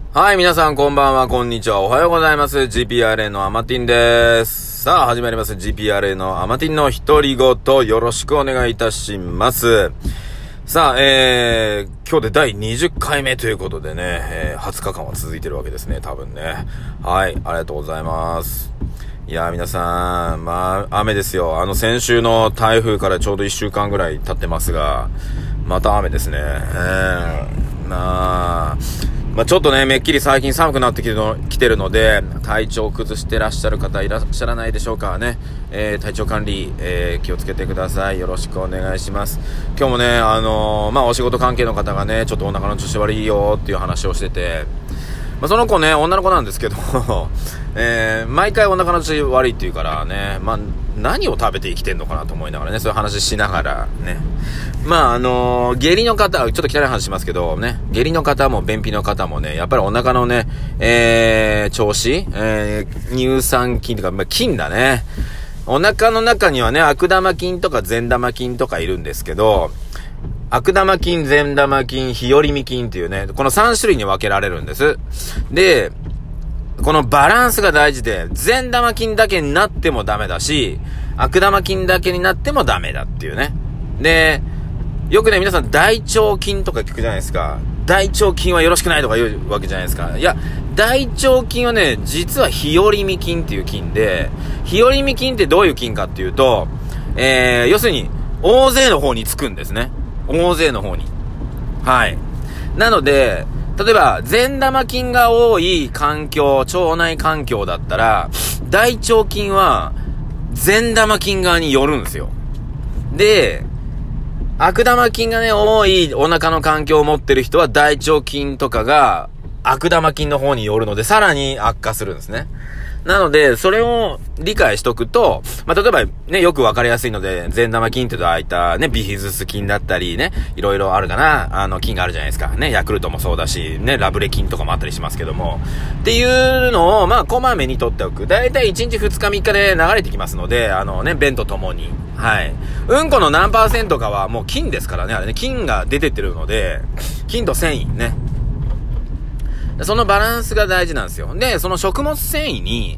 はい、皆さんこんばんは、こんにちは、おはようございます。GPRA のアマティンです。さあ、始まります。GPRA のアマティンの独り言、よろしくお願いいたします。さあ、今日で第20回目ということでね、20日間は続いてるわけですね、多分ね。はい、ありがとうございます。いやー皆さん、雨ですよ。先週の台風からちょうど1週間ぐらい経ってますが、また雨ですね。ちょっとね、めっきり最近寒くなってきてるので、体調を崩してらっしゃる方いらっしゃらないでしょうかね。体調管理、気をつけてください。よろしくお願いします。今日もね、お仕事関係の方がね、ちょっとお腹の調子悪いよっていう話をしてて、その子ね、女の子なんですけど、毎回お腹の調子悪いって言うからね、何を食べて生きてんのかなと思いながらね、そういう話しながらね。下痢の方、ちょっと汚い話しますけどね、下痢の方も便秘の方もね、やっぱりお腹のね、調子、乳酸菌とか、菌だね。お腹の中にはね、悪玉菌とか善玉菌とかいるんですけど、悪玉菌、善玉菌、日和見菌っていうね、この3種類に分けられるんです。で、このバランスが大事で、善玉菌だけになってもダメだし、悪玉菌だけになってもダメだっていうね。で、よくね、皆さん大腸菌とか聞くじゃないですか。大腸菌はよろしくないとか言うわけじゃないですか。いや、大腸菌はね、実は日和見菌っていう菌で、日和見菌ってどういう菌かっていうと、要するに、大勢の方につくんですね。大勢の方に。はい。なので、例えば、善玉菌が多い環境、腸内環境だったら、大腸菌は、善玉菌側に寄るんですよ。で、悪玉菌がね、多いお腹の環境を持ってる人は、大腸菌とかが、悪玉菌の方に寄るので、さらに悪化するんですね。なので、それを理解しとくと、例えばね、よくわかりやすいので、善玉菌って言うと、ああいったね、ビフィズス菌だったりね、いろいろあるかな、菌があるじゃないですか。ね、ヤクルトもそうだし、ね、ラブレ菌とかもあったりしますけども。っていうのを、こまめに取っておく。だいたい1日2日3日で流れてきますので、便とともに。はい。うんこの何%かはもう菌ですからね、あれね、菌が出てってるので、菌と繊維ね。そのバランスが大事なんですよ。で、その食物繊維に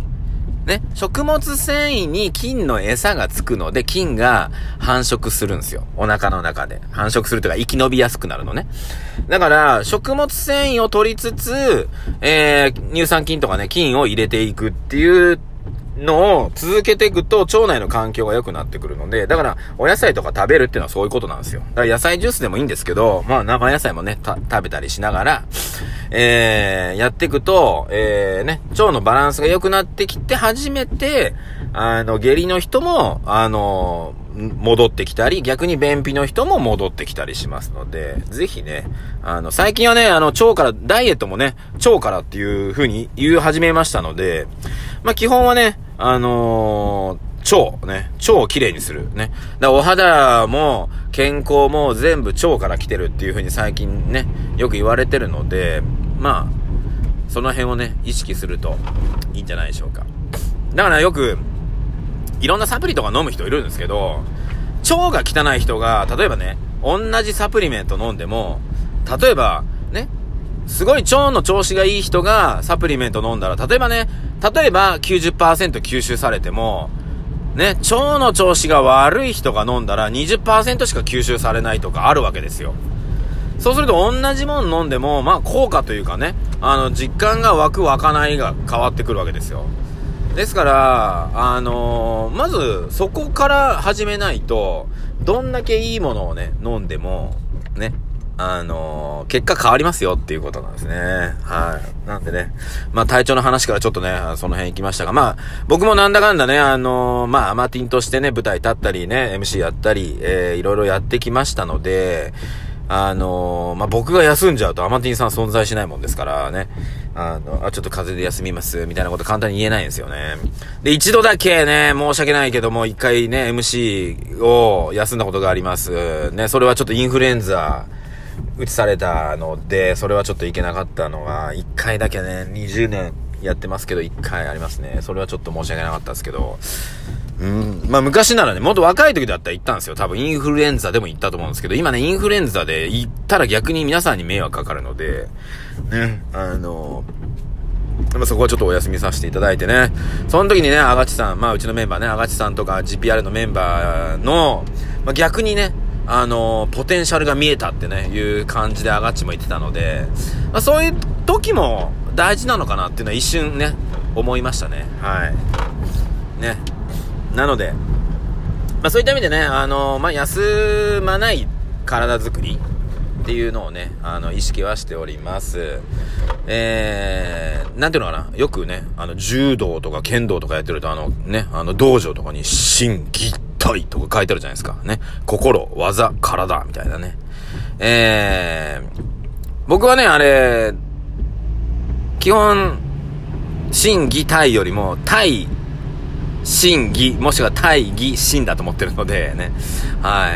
菌の餌がつくので、菌が繁殖するんですよ。お腹の中で。繁殖するというか、生き延びやすくなるのね。だから、食物繊維を取りつつ、乳酸菌とかね、菌を入れていくっていうのを続けていくと、腸内の環境が良くなってくるので、だから、お野菜とか食べるっていうのはそういうことなんですよ。だから野菜ジュースでもいいんですけど、生野菜もね、食べたりしながら、やっていくと、腸のバランスが良くなってきて初めて、下痢の人も、戻ってきたり、逆に便秘の人も戻ってきたりしますので、ぜひね、最近はね、腸から、ダイエットもね、腸からっていう風に言い始めましたので、基本はね、腸をきれいにする。ね。だからお肌も健康も全部腸から来てるっていう風に最近ね、よく言われてるので、その辺をね、意識するといいんじゃないでしょうか。だからよく、いろんなサプリとか飲む人いるんですけど、腸が汚い人が、例えばね、同じサプリメント飲んでも、例えば、ね、すごい腸の調子がいい人がサプリメント飲んだら、例えば 90% 吸収されても、ね、腸の調子が悪い人が飲んだら 20% しか吸収されないとかあるわけですよ。そうすると同じもの飲んでも、効果というかね、実感が湧く湧かないが変わってくるわけですよ。ですから、まずそこから始めないと、どんだけいいものをね、飲んでも、ね、結果変わりますよっていうことなんですね。はい。なんでね、体調の話からちょっとね、その辺行きましたが、僕もなんだかんだね、アマティンとしてね、舞台立ったりね、MC やったり、いろいろやってきましたので、僕が休んじゃうとアマティンさん存在しないもんですからね。ちょっと風邪で休みます、みたいなこと簡単に言えないんですよね。で、一度だけね、申し訳ないけども、一回ね、MC を休んだことがあります。ね、それはちょっとインフルエンザ、移されたので、それはちょっといけなかったのが、一回だけね、20年やってますけど、1回ありますね。それはちょっと申し訳なかったですけど。まあ昔ならね、もっと若い時だったら行ったんですよ。多分インフルエンザでも行ったと思うんですけど、今ね、インフルエンザで行ったら逆に皆さんに迷惑かかるので、ね、そこはちょっとお休みさせていただいてね。その時にね、アガチさん、まあうちのメンバーね、アガチさんとか GPR のメンバーの、まあ逆にね、ポテンシャルが見えたってね、いう感じでアガチも言ってたので、まあそういう時も大事なのかなっていうのは一瞬ね、思いましたね。はい。ね。なので、まあそういった意味でね、まあ休まない体作りっていうのをね、意識はしております。なんていうのかな、よくね、柔道とか剣道とかやってると道場とかに心技体とか書いてあるじゃないですか。ね。心、技、体、みたいなね。僕はね、あれ、基本、心技体よりも、体、心技、もしくは体技、心だと思ってるのでね。はい。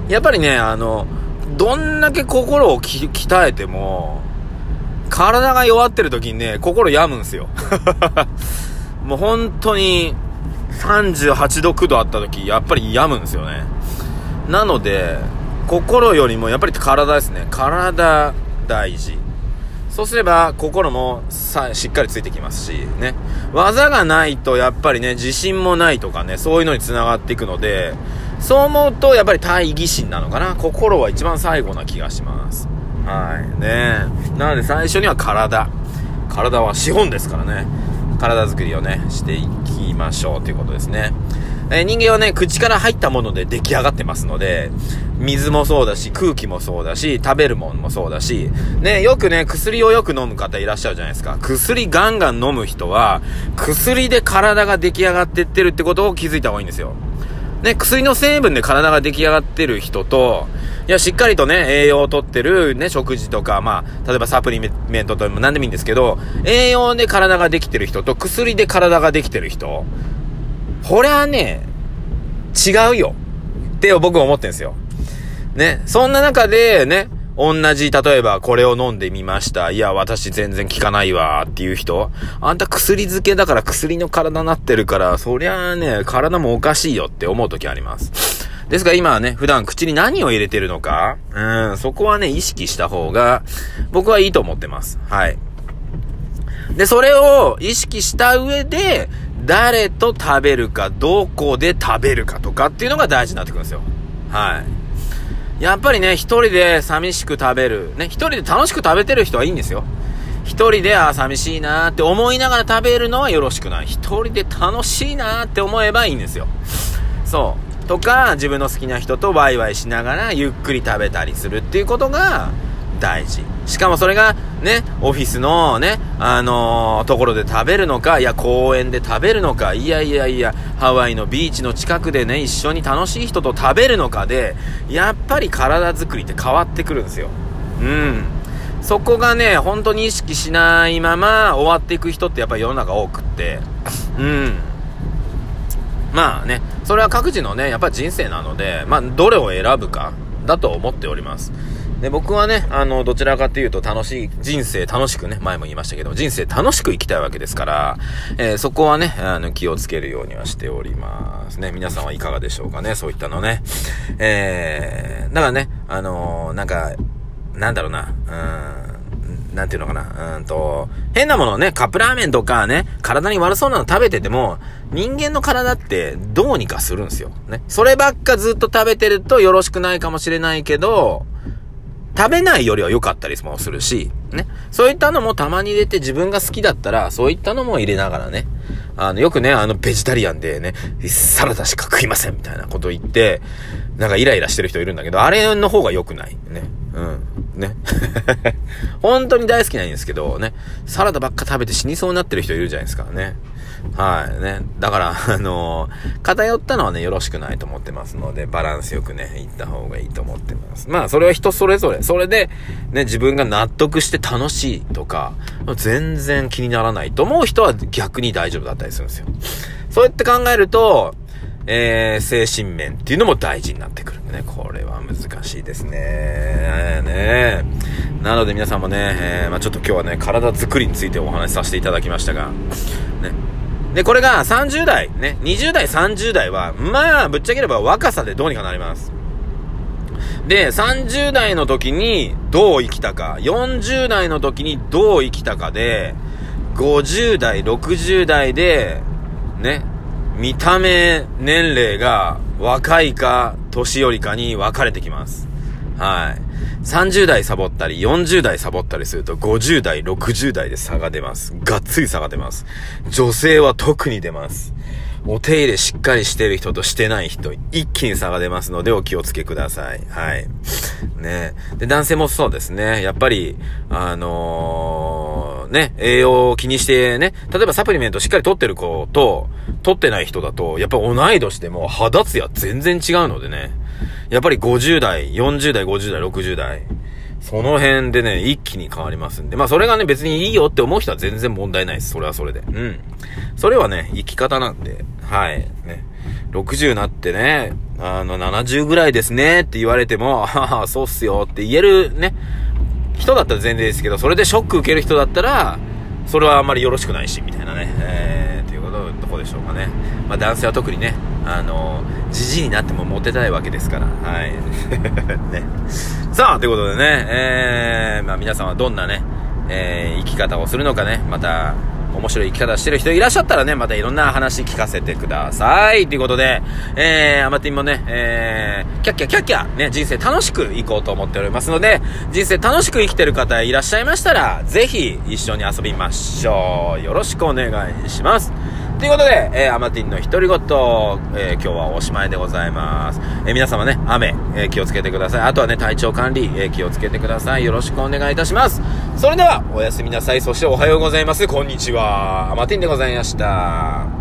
やっぱりね、どんだけ心を鍛えても、体が弱ってる時にね、心病むんすよ。もう本当に、38度9度あった時、やっぱり病むんですよね。なので、心よりもやっぱり体ですね。体大事。そうすれば心もしっかりついてきますしね。技がないとやっぱりね、自信もないとかね、そういうのに繋がっていくので、そう思うとやっぱり大義心なのかな。心は一番最後な気がします。はいね。なので最初には体は資本ですからね。体作りをねしていきましょうということですね。人間はね、口から入ったもので出来上がってますので、水もそうだし、空気もそうだし、食べるものもそうだし、ね、よくね、薬をよく飲む方いらっしゃるじゃないですか。薬ガンガン飲む人は、薬で体が出来上がってってるってことを気づいた方がいいんですよ。ね、薬の成分で体が出来上がってる人と、いや、しっかりとね、栄養をとってるね、食事とか、まあ、例えばサプリメントとか何でもいいんですけど、栄養で体ができてる人と薬で体ができてる人、これはね、違うよって僕は思ってるんですよ。ね、そんな中でね、同じ、例えばこれを飲んでみました。いや、私全然効かないわっていう人、あんた薬漬けだから薬の体になってるから、そりゃあね、体もおかしいよって思う時あります。ですが今はね、普段口に何を入れてるのか、そこはね、意識した方が、僕はいいと思ってます。はい。で、それを意識した上で、誰と食べるか、どこで食べるかとかっていうのが大事になってくるんですよ。はい。やっぱりね、一人で寂しく食べる。ね、一人で楽しく食べてる人はいいんですよ。一人で、寂しいなーって思いながら食べるのはよろしくない。一人で楽しいなーって思えばいいんですよ。そう。とか、自分の好きな人とワイワイしながらゆっくり食べたりするっていうことが大事。しかもそれがね、オフィスのね、ところで食べるのか、いや公園で食べるのか、いやハワイのビーチの近くでね、一緒に楽しい人と食べるのかで、やっぱり体作りって変わってくるんですよ。そこがね、本当に意識しないまま終わっていく人ってやっぱり世の中多くって、まあね、それは各自のね、やっぱり人生なので、まあどれを選ぶかだと思っております。で、僕はね、どちらかというと人生楽しくね、前も言いましたけど、人生楽しく生きたいわけですから、そこはね、気をつけるようにはしておりますね。皆さんはいかがでしょうかね、そういったのね。だからね、なんだろうな、なんていうのかな、変なものをね、カップラーメンとかね、体に悪そうなの食べてても、人間の体ってどうにかするんですよ。ね。そればっかずっと食べてるとよろしくないかもしれないけど、食べないよりは良かったりもするし、ね。そういったのもたまに入れて自分が好きだったら、そういったのも入れながらね。よくね、ベジタリアンでね、サラダしか食いませんみたいなこと言って、なんかイライラしてる人いるんだけど、あれの方が良くない。ね。ね。本当に大好きなんですけど、ね。サラダばっか食べて死にそうになってる人いるじゃないですかね。はいね。だから、偏ったのはね、よろしくないと思ってますので、バランスよくね、いった方がいいと思ってます。まあ、それは人それぞれ。それで、ね、自分が納得して楽しいとか、全然気にならないと思う人は逆に大丈夫だったりするんですよ。そうやって考えると、 精神面っていうのも大事になってくるんでね。これは難しいですね。なので皆さんもね、ちょっと今日はね、体作りについてお話しさせていただきましたが、ね。で、これが30代、ね、20代、30代は、ぶっちゃければ若さでどうにかなります。で、30代の時にどう生きたか、40代の時にどう生きたかで、50代、60代で、ね、見た目年齢が若いか年寄りかに分かれてきます。はい。30代サボったり40代サボったりすると50代60代で差が出ます。がっつり差が出ます。女性は特に出ます。お手入れしっかりしてる人としてない人一気に差が出ますのでお気をつけください。はい。ね。で、男性もそうですね。やっぱり栄養を気にしてね、例えばサプリメントしっかり取ってる子と取ってない人だとやっぱ同い年でも肌ツヤ全然違うのでね。やっぱり50代、40代、50代、60代。その辺でね、一気に変わりますんで。それがね、別にいいよって思う人は全然問題ないです。それはそれで。それはね、生き方なんで。はい。ね。60になってね、70ぐらいですねって言われても、そうっすよって言えるね、人だったら全然ですけど、それでショック受ける人だったら、それはあんまりよろしくないし、みたいなね。ということ、どこでしょうかね。男性は特にね、じじいになってもモテたいわけですから。はい。ね。さあ、ということでね、皆さんはどんなね、生き方をするのかね、また、面白い生き方してる人いらっしゃったらね、またいろんな話聞かせてください。ということで、アマティンもね、キャッキャ、ね、人生楽しく生こうと思っておりますので、人生楽しく生きてる方いらっしゃいましたら、ぜひ一緒に遊びましょう。よろしくお願いします。ということで、アマティンの独り言、今日はおしまいでございます。皆様ね、雨、気をつけてください。あとはね、体調管理、気をつけてください。よろしくお願いいたします。それでは、おやすみなさい。そしておはようございます。こんにちは。アマティンでございました。